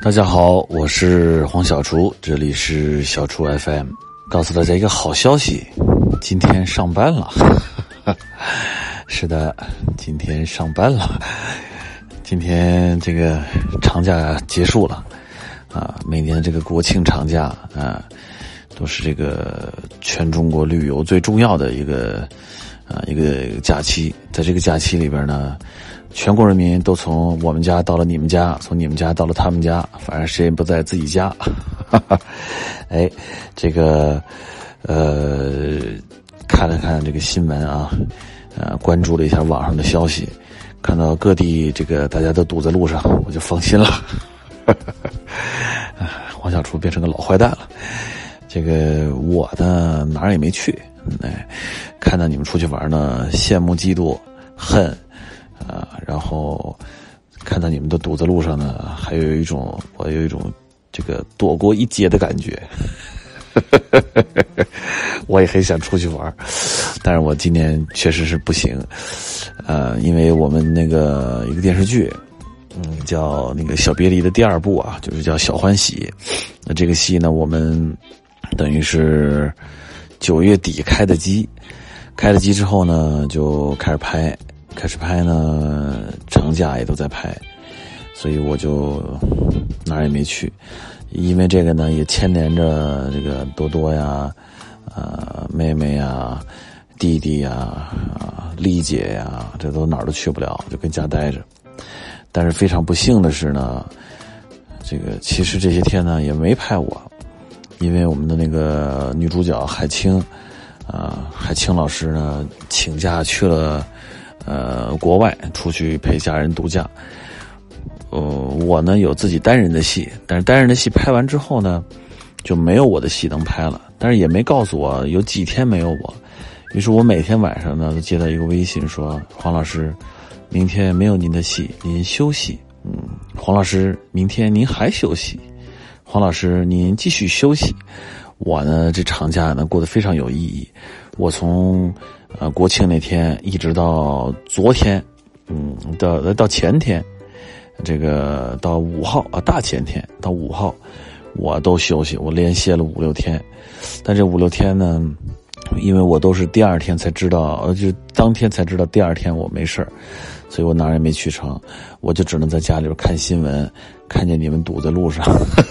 大家好，我是黄小厨，这里是小厨 FM， 告诉大家一个好消息，今天上班了。是的，今天上班了。今天这个长假结束了啊，每年这个国庆长假啊，都是这个全中国旅游最重要的一个假期。在这个假期里边呢，全国人民都从我们家到了你们家，从你们家到了他们家，反正谁也不在自己家。哎，这个看了看这个新闻啊，关注了一下网上的消息，看到各地这个大家都堵在路上，我就放心了。黄小厨变成个老坏蛋了。这个我呢哪儿也没去，看到你们出去玩呢，羡慕嫉妒恨然后看到你们都堵在路上呢，我有一种这个躲过一劫的感觉。我也很想出去玩，但是我今年确实是不行，因为我们那个一个电视剧，叫那个小别离的第二部啊，就是叫小欢喜。那这个戏呢，我们等于是9月底开的机之后呢，就开始拍呢，长假也都在拍，所以我就哪儿也没去。因为这个呢，也牵连着这个多多呀，妹妹呀，弟弟呀，丽姐呀，这都哪儿都去不了，就跟家待着。但是非常不幸的是呢，这个其实这些天呢也没拍我，因为我们的那个女主角海清老师呢请假去了国外，出去陪家人度假。我呢有自己单人的戏，但是单人的戏拍完之后呢，就没有我的戏能拍了，但是也没告诉我有几天没有我。于是我每天晚上呢都接到一个微信说，黄老师，明天没有您的戏，您休息。黄老师，明天您还休息。黄老师，您继续休息。我呢这长假呢过得非常有意义。我从国庆那天一直到昨天，到前天，这个到5号大前天到5号，我都休息，我连歇了5-6天。但这5-6天呢，因为我都是第二天才知道，就当天才知道第二天我没事儿，所以我哪儿也没去成，我就只能在家里边看新闻，看见你们堵在路上。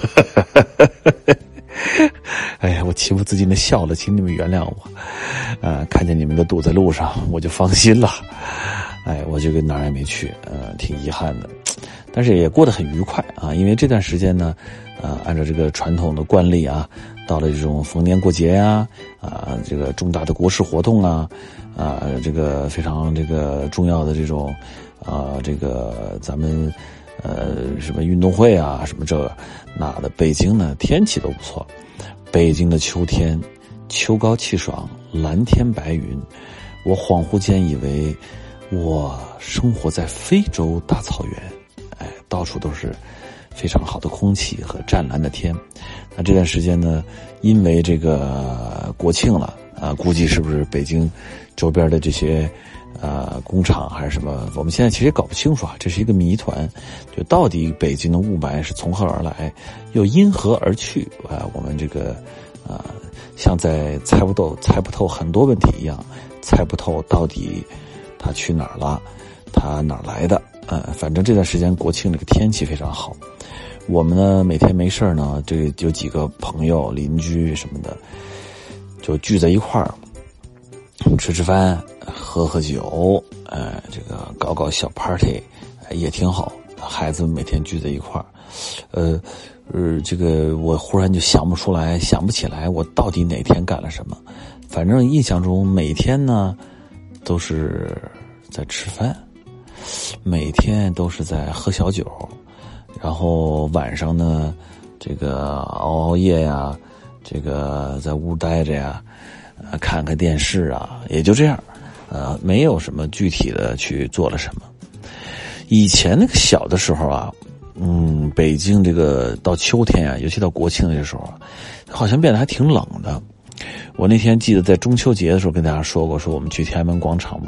哎呀，我情不自禁的笑了，请你们原谅我。看见你们都堵在路上，我就放心了。哎，我就跟哪儿也没去，挺遗憾的，但是也过得很愉快啊。因为这段时间呢，按照这个传统的惯例啊，到了这种逢年过节呀，这个重大的国事活动啊，这个非常这个重要的这种，这个咱们什么运动会啊，什么这个那的，北京呢天气都不错。北京的秋天，秋高气爽，蓝天白云，我恍惚间以为我生活在非洲大草原，到处都是非常好的空气和湛蓝的天。那这段时间呢，因为这个国庆了估计是不是北京周边的这些工厂还是什么，我们现在其实也搞不清楚啊，这是一个谜团，就到底北京的雾霾是从何而来，又因何而去我们这个像在猜不透很多问题一样，猜不透到底他去哪儿了，他哪儿来的。反正这段时间国庆这个天气非常好，我们呢每天没事呢，这有几个朋友邻居什么的就聚在一块儿吃饭喝酒，这个搞小 party，也挺好。孩子们每天聚在一块儿，这个我忽然就想不起来我到底哪天干了什么。反正印象中每天呢都是在吃饭，每天都是在喝小酒，然后晚上呢这个熬夜呀，这个在屋待着呀，看看电视啊，也就这样，没有什么具体的去做了什么。以前那个小的时候啊，北京这个到秋天啊，尤其到国庆的时候，好像变得还挺冷的。我那天记得在中秋节的时候跟大家说过，说我们去天安门广场玩，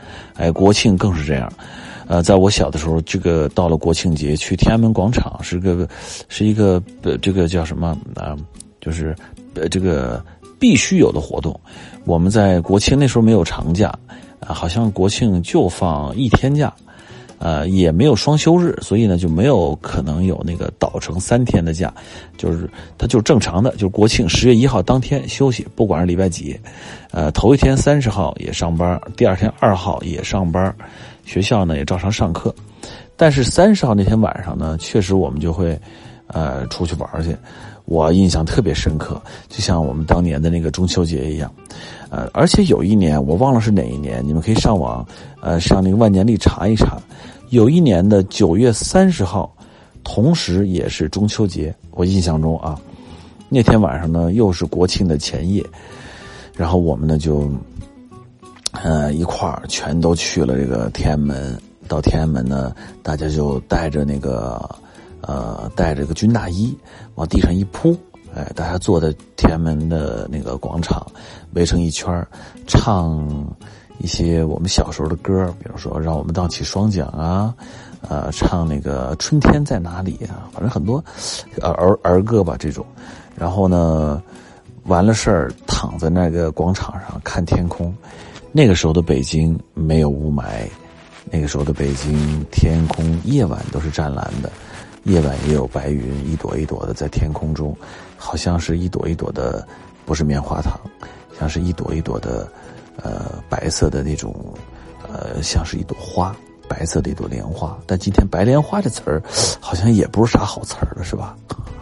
国庆更是这样。在我小的时候，这个到了国庆节去天安门广场是一个这个叫什么就是这个必须有的活动。我们在国庆那时候没有长假好像国庆就放1天假，也没有双休日，所以呢就没有可能有那个倒成3天的假，就是它就是正常的，就是国庆10月1号当天休息，不管是礼拜几，头一天30号也上班，第二天2号也上班，学校呢也照常上课。但是30号那天晚上呢，确实我们就会出去玩去。我印象特别深刻，就像我们当年的那个中秋节一样。而且有一年我忘了是哪一年，你们可以上网上那个万年历查一查。有一年的9月30号，同时也是中秋节。我印象中那天晚上呢又是国庆的前夜，然后我们呢就一块儿全都去了这个天安门。到天安门呢，大家就带着这个军大衣往地上一铺，大家坐在天安门的那个广场围成一圈，唱一些我们小时候的歌，比如说让我们荡起双桨唱那个春天在哪里反正很多儿歌吧这种。然后呢完了事儿躺在那个广场上看天空。那个时候的北京没有雾霾，那个时候的北京天空夜晚都是湛蓝的，夜晚也有白云一朵一朵的在天空中，好像是一朵一朵的，不是棉花糖，像是一朵一朵的白色的那种像是一朵花，白色的一朵莲花。但今天白莲花这词儿好像也不是啥好词儿了，是吧？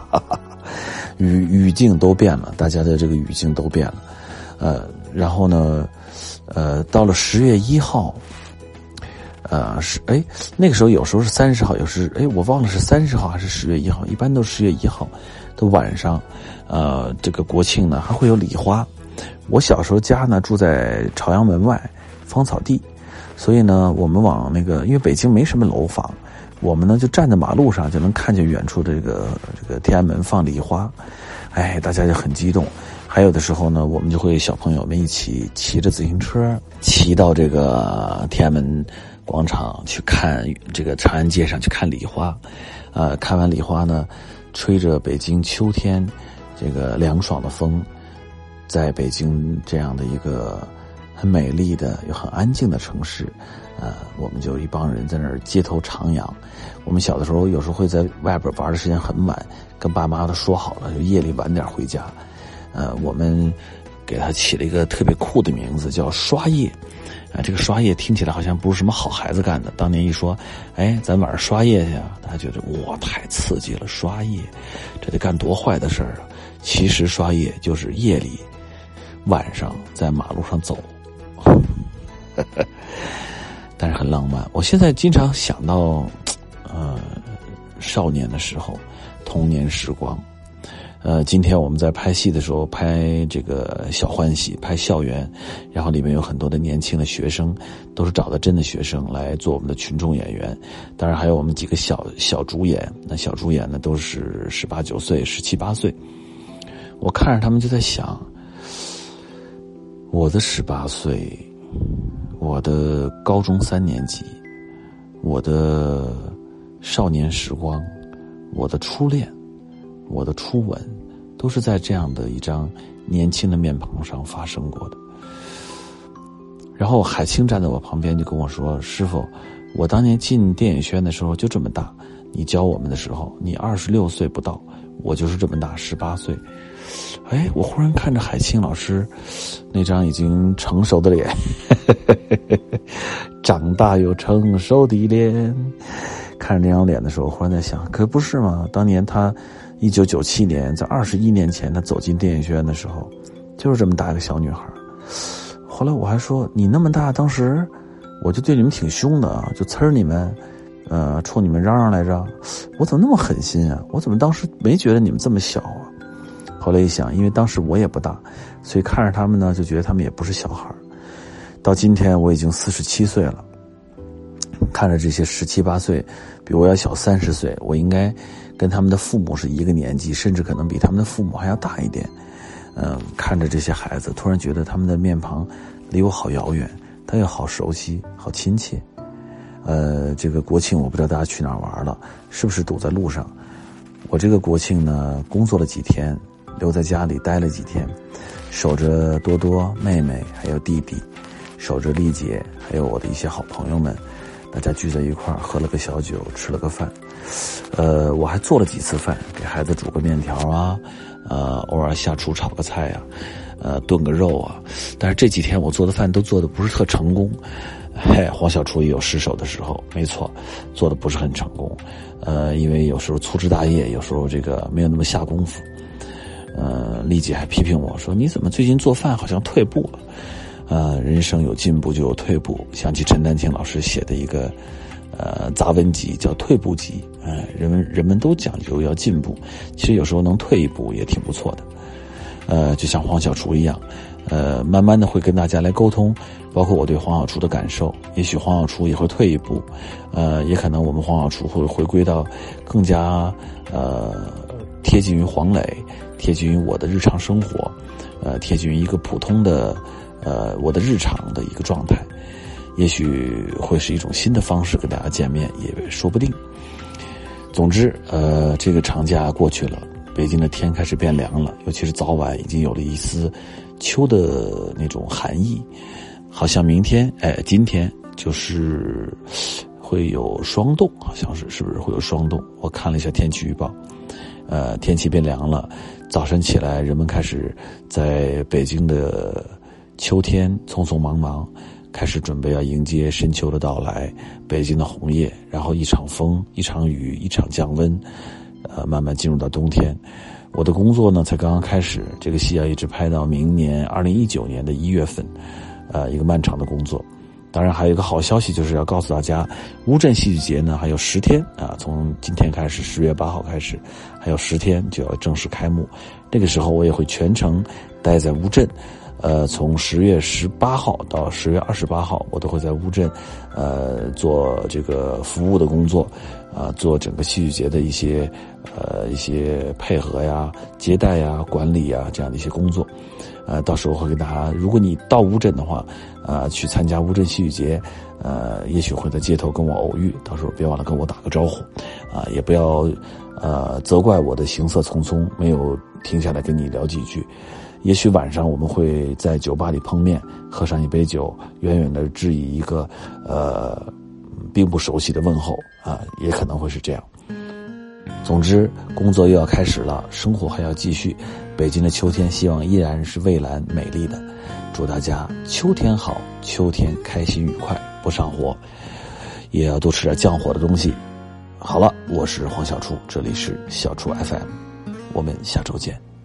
语境都变了，大家的这个语境都变了。然后呢到了10月1号那个时候有时候是30号，有时我忘了是30号还是10月1号，一般都是10月1号的晚上。这个国庆呢还会有礼花。我小时候家呢住在朝阳门外芳草地，所以呢我们往那个，因为北京没什么楼房，我们呢就站在马路上就能看见远处的这个天安门放礼花，大家就很激动。还有的时候呢，我们就会小朋友们一起骑着自行车骑到这个天安门广场去看这个长安街上去看礼花。看完礼花呢，吹着北京秋天这个凉爽的风，在北京这样的一个很美丽的又很安静的城市，我们就一帮人在那儿街头徜徉。我们小的时候有时候会在外边玩的时间很晚，跟爸妈都说好了，就夜里晚点回家。我们给他起了一个特别酷的名字，叫刷夜。这个刷夜听起来好像不是什么好孩子干的。当年一说，咱晚上刷夜去大家觉得哇，太刺激了，刷夜，这得干多坏的事儿啊！其实刷夜就是夜里晚上在马路上走，但是很浪漫。我现在经常想到，少年的时候，童年时光。今天我们在拍戏的时候拍这个小欢喜，拍校园，然后里面有很多的年轻的学生，都是找的真的学生来做我们的群众演员。当然还有我们几个小主演，那小主演呢都是18、19岁、17、18岁。我看着他们就在想，我的18岁，我的高中3年级，我的少年时光，我的初恋，我的初吻，都是在这样的一张年轻的面庞上发生过的。然后海清站在我旁边就跟我说，师傅，我当年进电影学院的时候就这么大，你教我们的时候你26岁不到，我就是这么大18岁。我忽然看着海清老师那张已经成熟的脸，长大又成熟的脸，看着那张脸的时候，忽然在想，可不是吗？当年他1997年，在21年前，他走进电影学院的时候，就是这么大一个小女孩。后来我还说，你那么大，当时我就对你们挺凶的就呲你们，冲你们嚷嚷来着。我怎么那么狠心啊？我怎么当时没觉得你们这么小啊？后来一想，因为当时我也不大，所以看着他们呢，就觉得他们也不是小孩。到今天我已经47岁了，看着这些17、18岁，比我要小30岁，我应该跟他们的父母是一个年纪，甚至可能比他们的父母还要大一点。看着这些孩子，突然觉得他们的面庞离我好遥远， 但又好熟悉好亲切。这个国庆我不知道大家去哪儿玩了，是不是堵在路上？我这个国庆呢，工作了几天，留在家里待了几天，守着多多、妹妹还有弟弟，守着丽姐还有我的一些好朋友们，大家聚在一块儿喝了个小酒，吃了个饭。我还做了几次饭，给孩子煮个面条啊，偶尔下厨炒个菜啊，炖个肉啊。但是这几天我做的饭都做的不是特成功。黄小厨也有失手的时候，没错，做的不是很成功。因为有时候粗枝大叶，有时候这个没有那么下功夫。丽姐还批评我说：“你怎么最近做饭好像退步了？”人生有进步就有退步。想起陈丹青老师写的一个杂文集叫《退步集》。人们都讲究要进步，其实有时候能退一步也挺不错的。就像黄小厨一样，慢慢的会跟大家来沟通，包括我对黄小厨的感受。也许黄小厨也会退一步，也可能我们黄小厨会回归到更加贴近于黄磊，贴近于我的日常生活，贴近于一个普通的我的日常的一个状态。也许会是一种新的方式跟大家见面，也说不定。总之，这个长假过去了，北京的天开始变凉了，尤其是早晚已经有了一丝秋的那种寒意。好像明天，今天就是会有霜冻，好像是不是会有霜冻？我看了一下天气预报，天气变凉了，早晨起来，人们开始在北京的秋天匆匆忙忙，开始准备要迎接深秋的到来，北京的红叶，然后一场风，一场雨，一场降温，慢慢进入到冬天。我的工作呢才刚刚开始，这个戏要一直拍到明年2019年的1月份，一个漫长的工作。当然还有一个好消息，就是要告诉大家，乌镇戏剧节呢还有10天啊，从今天开始10月8号开始，还有10天就要正式开幕。那个时候我也会全程待在乌镇，从10月18号到10月28号，我都会在乌镇，做这个服务的工作，做整个戏剧节的一些配合呀、接待呀、管理呀这样的一些工作。到时候会跟大家，如果你到乌镇的话，去参加乌镇戏剧节，也许会在街头跟我偶遇，到时候别忘了跟我打个招呼，也不要责怪我的行色匆匆，没有停下来跟你聊几句。也许晚上我们会在酒吧里碰面，喝上一杯酒，远远的致以一个并不熟悉的问候也可能会是这样。总之，工作又要开始了，生活还要继续。北京的秋天希望依然是蔚蓝美丽的。祝大家秋天好，秋天开心愉快，不上火，也要多吃点降火的东西。好了，我是黄小厨，这里是小厨 FM，我们下周见。